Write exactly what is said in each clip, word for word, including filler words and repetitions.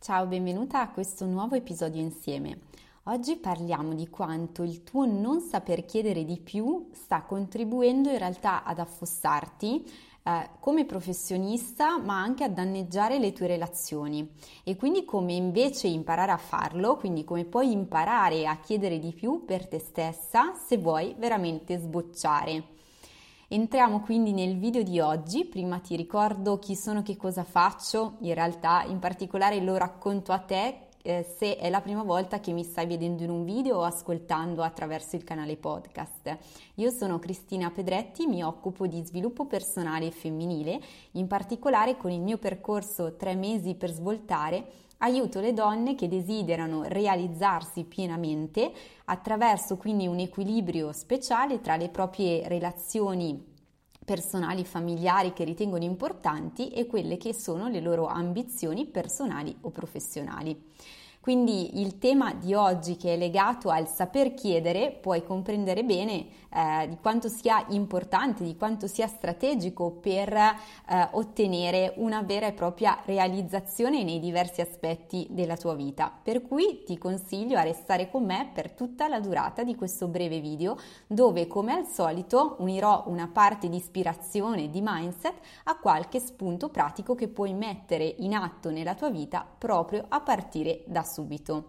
Ciao, benvenuta a questo nuovo episodio insieme. Oggi parliamo di quanto il tuo non saper chiedere di più sta contribuendo in realtà ad affossarti eh, come professionista, ma anche a danneggiare le tue relazioni. E quindi come invece imparare a farlo, quindi come puoi imparare a chiedere di più per te stessa se vuoi veramente sbocciare. Entriamo quindi nel video di oggi. Prima ti ricordo chi sono, che cosa faccio, in realtà in particolare lo racconto a te eh, se è la prima volta che mi stai vedendo in un video o ascoltando attraverso il canale podcast. Io sono Cristina Pedretti, mi occupo di sviluppo personale e femminile, in particolare con il mio percorso tre mesi per svoltare aiuto le donne che desiderano realizzarsi pienamente attraverso quindi un equilibrio speciale tra le proprie relazioni personali, familiari che ritengono importanti e quelle che sono le loro ambizioni personali o professionali. Quindi il tema di oggi, che è legato al saper chiedere, puoi comprendere bene eh, di quanto sia importante, di quanto sia strategico per eh, ottenere una vera e propria realizzazione nei diversi aspetti della tua vita. Per cui ti consiglio a restare con me per tutta la durata di questo breve video, dove come al solito unirò una parte di ispirazione, di mindset, a qualche spunto pratico che puoi mettere in atto nella tua vita proprio a partire da subito.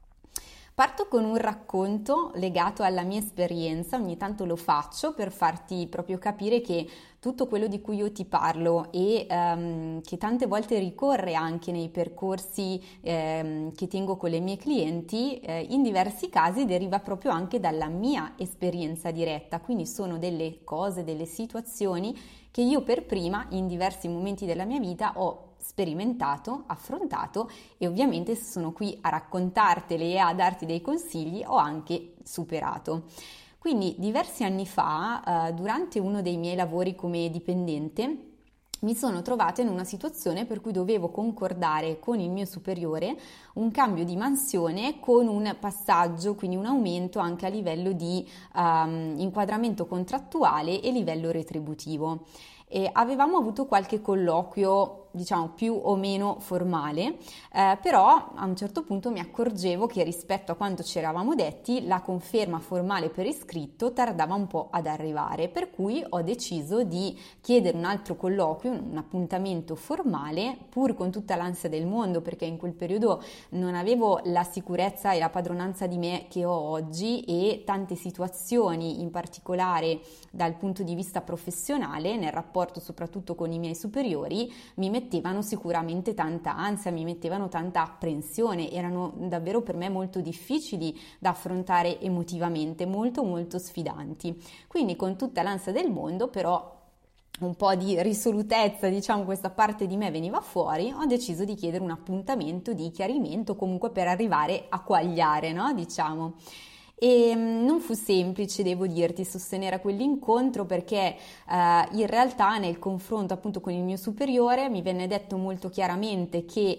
Parto con un racconto legato alla mia esperienza, ogni tanto lo faccio per farti proprio capire che tutto quello di cui io ti parlo e um, che tante volte ricorre anche nei percorsi um, che tengo con le mie clienti, eh, in diversi casi deriva proprio anche dalla mia esperienza diretta, quindi sono delle cose, delle situazioni che io per prima in diversi momenti della mia vita ho sperimentato, affrontato e ovviamente se sono qui a raccontartele e a darti dei consigli ho anche superato. Quindi diversi anni fa, eh, durante uno dei miei lavori come dipendente, mi sono trovata in una situazione per cui dovevo concordare con il mio superiore un cambio di mansione con un passaggio, quindi un aumento anche a livello di um, inquadramento contrattuale e livello retributivo. E avevamo avuto qualche colloquio, diciamo più o meno formale, eh, però a un certo punto mi accorgevo che rispetto a quanto ci eravamo detti la conferma formale per iscritto tardava un po' ad arrivare, per cui ho deciso di chiedere un altro colloquio, un appuntamento formale, pur con tutta l'ansia del mondo, perché in quel periodo non avevo la sicurezza e la padronanza di me che ho oggi e tante situazioni, in particolare dal punto di vista professionale, nel rapporto soprattutto con i miei superiori, mi mettevano sicuramente tanta ansia, mi mettevano tanta apprensione, erano davvero per me molto difficili da affrontare emotivamente, molto molto sfidanti. Quindi con tutta l'ansia del mondo, però un po' di risolutezza, diciamo, questa parte di me veniva fuori, ho deciso di chiedere un appuntamento di chiarimento, comunque per arrivare a quagliare, no? Diciamo. E non fu semplice, devo dirti, sostenere quell'incontro perché eh, in realtà nel confronto appunto con il mio superiore mi venne detto molto chiaramente che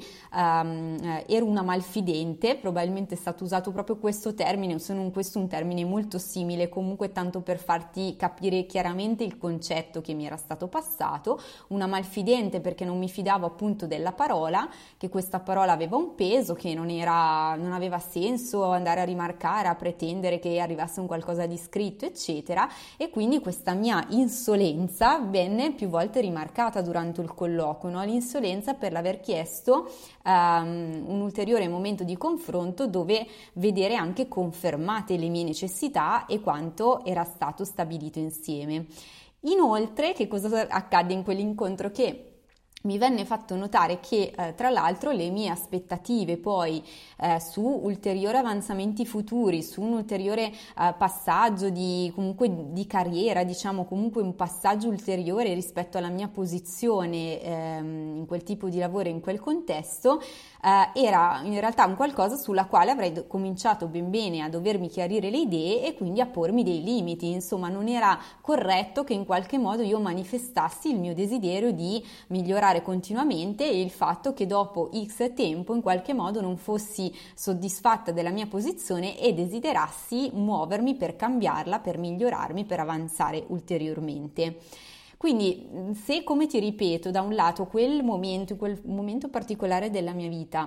um, ero una malfidente, probabilmente è stato usato proprio questo termine, o se non questo un termine molto simile, comunque tanto per farti capire chiaramente il concetto che mi era stato passato, una malfidente perché non mi fidavo appunto della parola, che questa parola aveva un peso, che non era, non aveva senso andare a rimarcare, a pretendere che arrivasse un qualcosa di scritto, eccetera, e quindi questa mia insolenza venne più volte rimarcata durante il colloquio, no? L'insolenza per l'aver chiesto um, un ulteriore momento di confronto dove vedere anche confermate le mie necessità e quanto era stato stabilito insieme. Inoltre, che cosa accadde in quell'incontro? Che mi venne fatto notare che eh, tra l'altro le mie aspettative poi eh, su ulteriori avanzamenti futuri, su un ulteriore eh, passaggio di comunque di carriera, diciamo comunque un passaggio ulteriore rispetto alla mia posizione ehm, in quel tipo di lavoro, in quel contesto, eh, era in realtà un qualcosa sulla quale avrei do- cominciato ben bene a dovermi chiarire le idee e quindi a pormi dei limiti. Insomma, non era corretto che in qualche modo io manifestassi il mio desiderio di migliorare continuamente e il fatto che dopo X tempo in qualche modo non fossi soddisfatta della mia posizione e desiderassi muovermi per cambiarla, per migliorarmi, per avanzare ulteriormente. Quindi se, come ti ripeto, da un lato quel momento, quel momento particolare della mia vita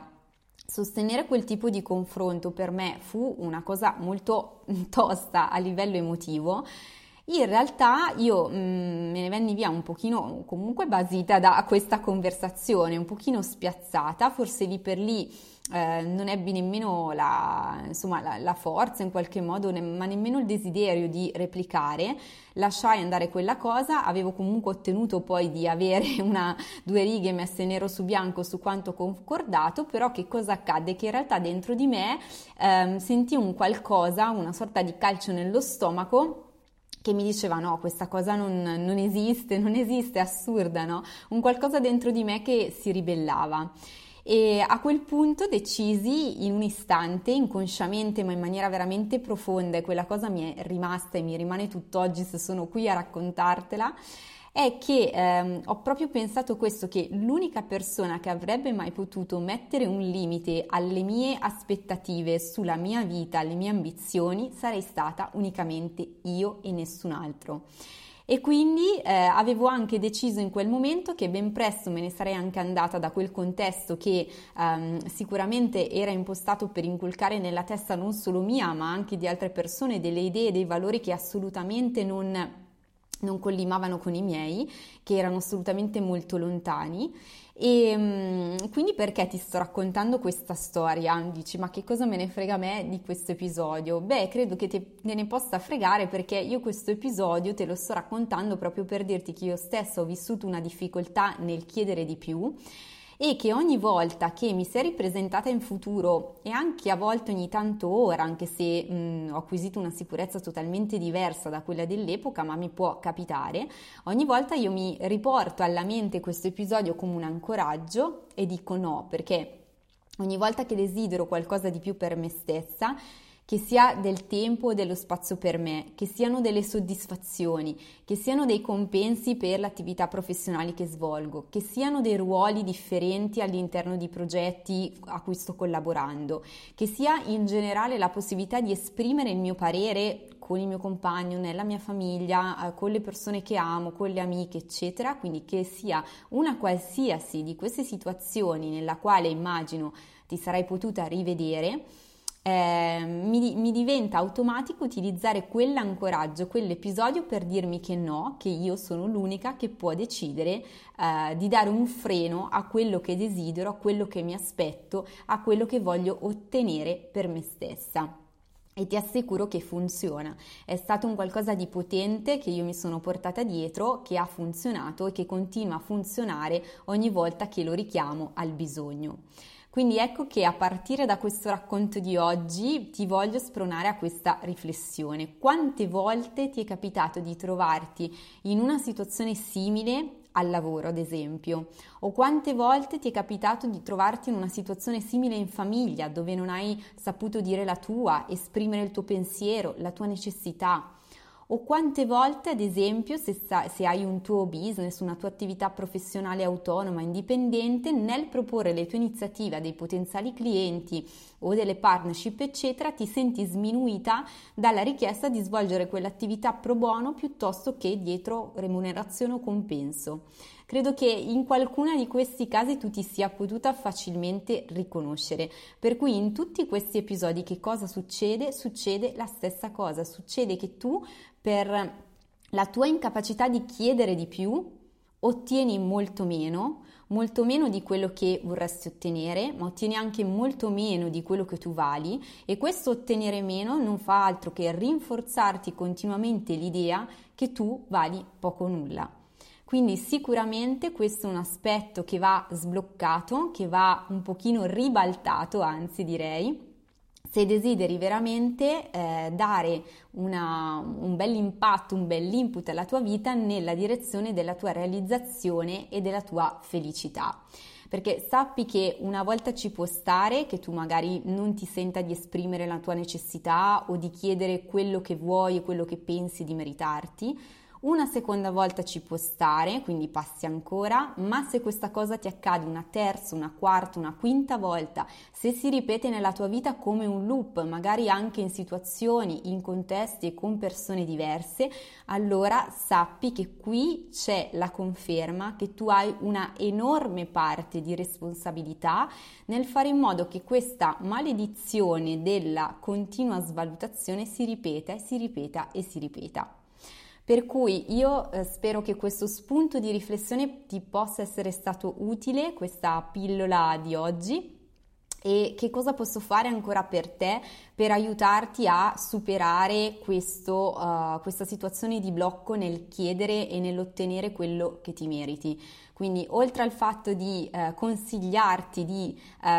sostenere quel tipo di confronto per me fu una cosa molto tosta a livello emotivo. In realtà io mh, me ne venni via un pochino comunque basita da questa conversazione, un pochino spiazzata, forse lì per lì eh, non ebbi nemmeno la, insomma, la, la forza in qualche modo, ne, ma nemmeno il desiderio di replicare. Lasciai andare quella cosa, avevo comunque ottenuto poi di avere una, due righe messe nero su bianco su quanto concordato, però che cosa accadde? Che in realtà dentro di me ehm, sentii un qualcosa, una sorta di calcio nello stomaco, che mi diceva no, questa cosa non, non esiste, non esiste, è assurda, no? Un qualcosa dentro di me che si ribellava. E a quel punto decisi in un istante, inconsciamente ma in maniera veramente profonda, e quella cosa mi è rimasta e mi rimane tutt'oggi se sono qui a raccontartela, è che ehm, ho proprio pensato questo, che l'unica persona che avrebbe mai potuto mettere un limite alle mie aspettative sulla mia vita, alle mie ambizioni, sarei stata unicamente io e nessun altro. E quindi eh, avevo anche deciso in quel momento che ben presto me ne sarei anche andata da quel contesto che ehm, sicuramente era impostato per inculcare nella testa non solo mia, ma anche di altre persone delle idee, dei valori che assolutamente non non collimavano con i miei, che erano assolutamente molto lontani. E um, quindi perché ti sto raccontando questa storia? Dici, ma che cosa me ne frega a me di questo episodio? Beh, credo che te ne possa fregare, perché io questo episodio te lo sto raccontando proprio per dirti che io stessa ho vissuto una difficoltà nel chiedere di più, e che ogni volta che mi si è ripresentata in futuro, e anche a volte ogni tanto ora, anche se mh, ho acquisito una sicurezza totalmente diversa da quella dell'epoca, ma mi può capitare, ogni volta io mi riporto alla mente questo episodio come un ancoraggio e dico no, perché ogni volta che desidero qualcosa di più per me stessa, che sia del tempo o dello spazio per me, che siano delle soddisfazioni, che siano dei compensi per le attività professionali che svolgo, che siano dei ruoli differenti all'interno di progetti a cui sto collaborando, che sia in generale la possibilità di esprimere il mio parere con il mio compagno, nella mia famiglia, con le persone che amo, con le amiche, eccetera, quindi che sia una qualsiasi di queste situazioni nella quale immagino ti sarai potuta rivedere. Eh, mi, mi diventa automatico utilizzare quell'ancoraggio, quell'episodio per dirmi che no, che io sono l'unica che può decidere eh, di dare un freno a quello che desidero, a quello che mi aspetto, a quello che voglio ottenere per me stessa. E ti assicuro che funziona, è stato un qualcosa di potente che io mi sono portata dietro, che ha funzionato e che continua a funzionare ogni volta che lo richiamo al bisogno. Quindi ecco che a partire da questo racconto di oggi ti voglio spronare a questa riflessione. Quante volte ti è capitato di trovarti in una situazione simile al lavoro, ad esempio, o quante volte ti è capitato di trovarti in una situazione simile in famiglia, dove non hai saputo dire la tua, esprimere il tuo pensiero, la tua necessità? O quante volte, ad esempio, se, sa- se hai un tuo business, una tua attività professionale autonoma, indipendente, nel proporre le tue iniziative a dei potenziali clienti o delle partnership, eccetera, ti senti sminuita dalla richiesta di svolgere quell'attività pro bono piuttosto che dietro remunerazione o compenso. Credo che in qualcuna di questi casi tu ti sia potuta facilmente riconoscere, per cui in tutti questi episodi che cosa succede? Succede la stessa cosa, succede che tu per la tua incapacità di chiedere di più ottieni molto meno, molto meno di quello che vorresti ottenere, ma ottieni anche molto meno di quello che tu vali, e questo ottenere meno non fa altro che rinforzarti continuamente l'idea che tu vali poco o nulla. Quindi sicuramente questo è un aspetto che va sbloccato, che va un pochino ribaltato, anzi direi, se desideri veramente eh, dare una, un bel impatto, un bel input alla tua vita nella direzione della tua realizzazione e della tua felicità. Perché sappi che una volta ci può stare che tu magari non ti senta di esprimere la tua necessità o di chiedere quello che vuoi e quello che pensi di meritarti. Una seconda volta ci può stare, quindi passi ancora, ma se questa cosa ti accade una terza, una quarta, una quinta volta, se si ripete nella tua vita come un loop, magari anche in situazioni, in contesti e con persone diverse, allora sappi che qui c'è la conferma che tu hai una enorme parte di responsabilità nel fare in modo che questa maledizione della continua svalutazione si ripeta e si ripeta e si ripeta. Per cui io eh, spero che questo spunto di riflessione ti possa essere stato utile, questa pillola di oggi. E che cosa posso fare ancora per te per aiutarti a superare questo, uh, questa situazione di blocco nel chiedere e nell'ottenere quello che ti meriti? Quindi oltre al fatto di eh, consigliarti di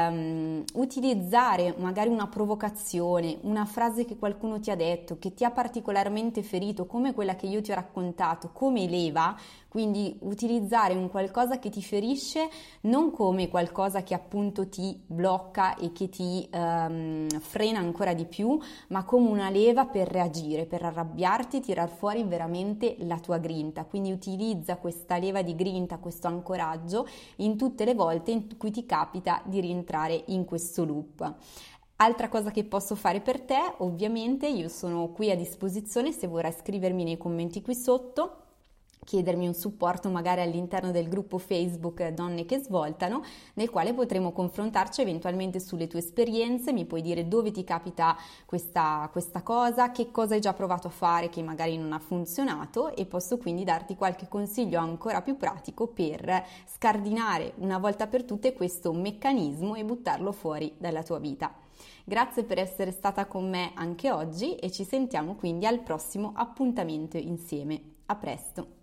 um, utilizzare magari una provocazione, una frase che qualcuno ti ha detto, che ti ha particolarmente ferito, come quella che io ti ho raccontato, come leva, quindi utilizzare un qualcosa che ti ferisce non come qualcosa che appunto ti blocca e che ti um, frena ancora di più, ma come una leva per reagire, per arrabbiarti, tirar fuori veramente la tua grinta. Quindi utilizza questa leva di grinta, questo ancoraggio in tutte le volte in cui ti capita di rientrare in questo loop. Altra cosa che posso fare per te, ovviamente, io sono qui a disposizione se vorrai scrivermi nei commenti qui sotto, chiedermi un supporto magari all'interno del gruppo Facebook Donne che Svoltano, nel quale potremo confrontarci eventualmente sulle tue esperienze, mi puoi dire dove ti capita questa, questa cosa, che cosa hai già provato a fare che magari non ha funzionato e posso quindi darti qualche consiglio ancora più pratico per scardinare una volta per tutte questo meccanismo e buttarlo fuori dalla tua vita. Grazie per essere stata con me anche oggi e ci sentiamo quindi al prossimo appuntamento insieme. A presto!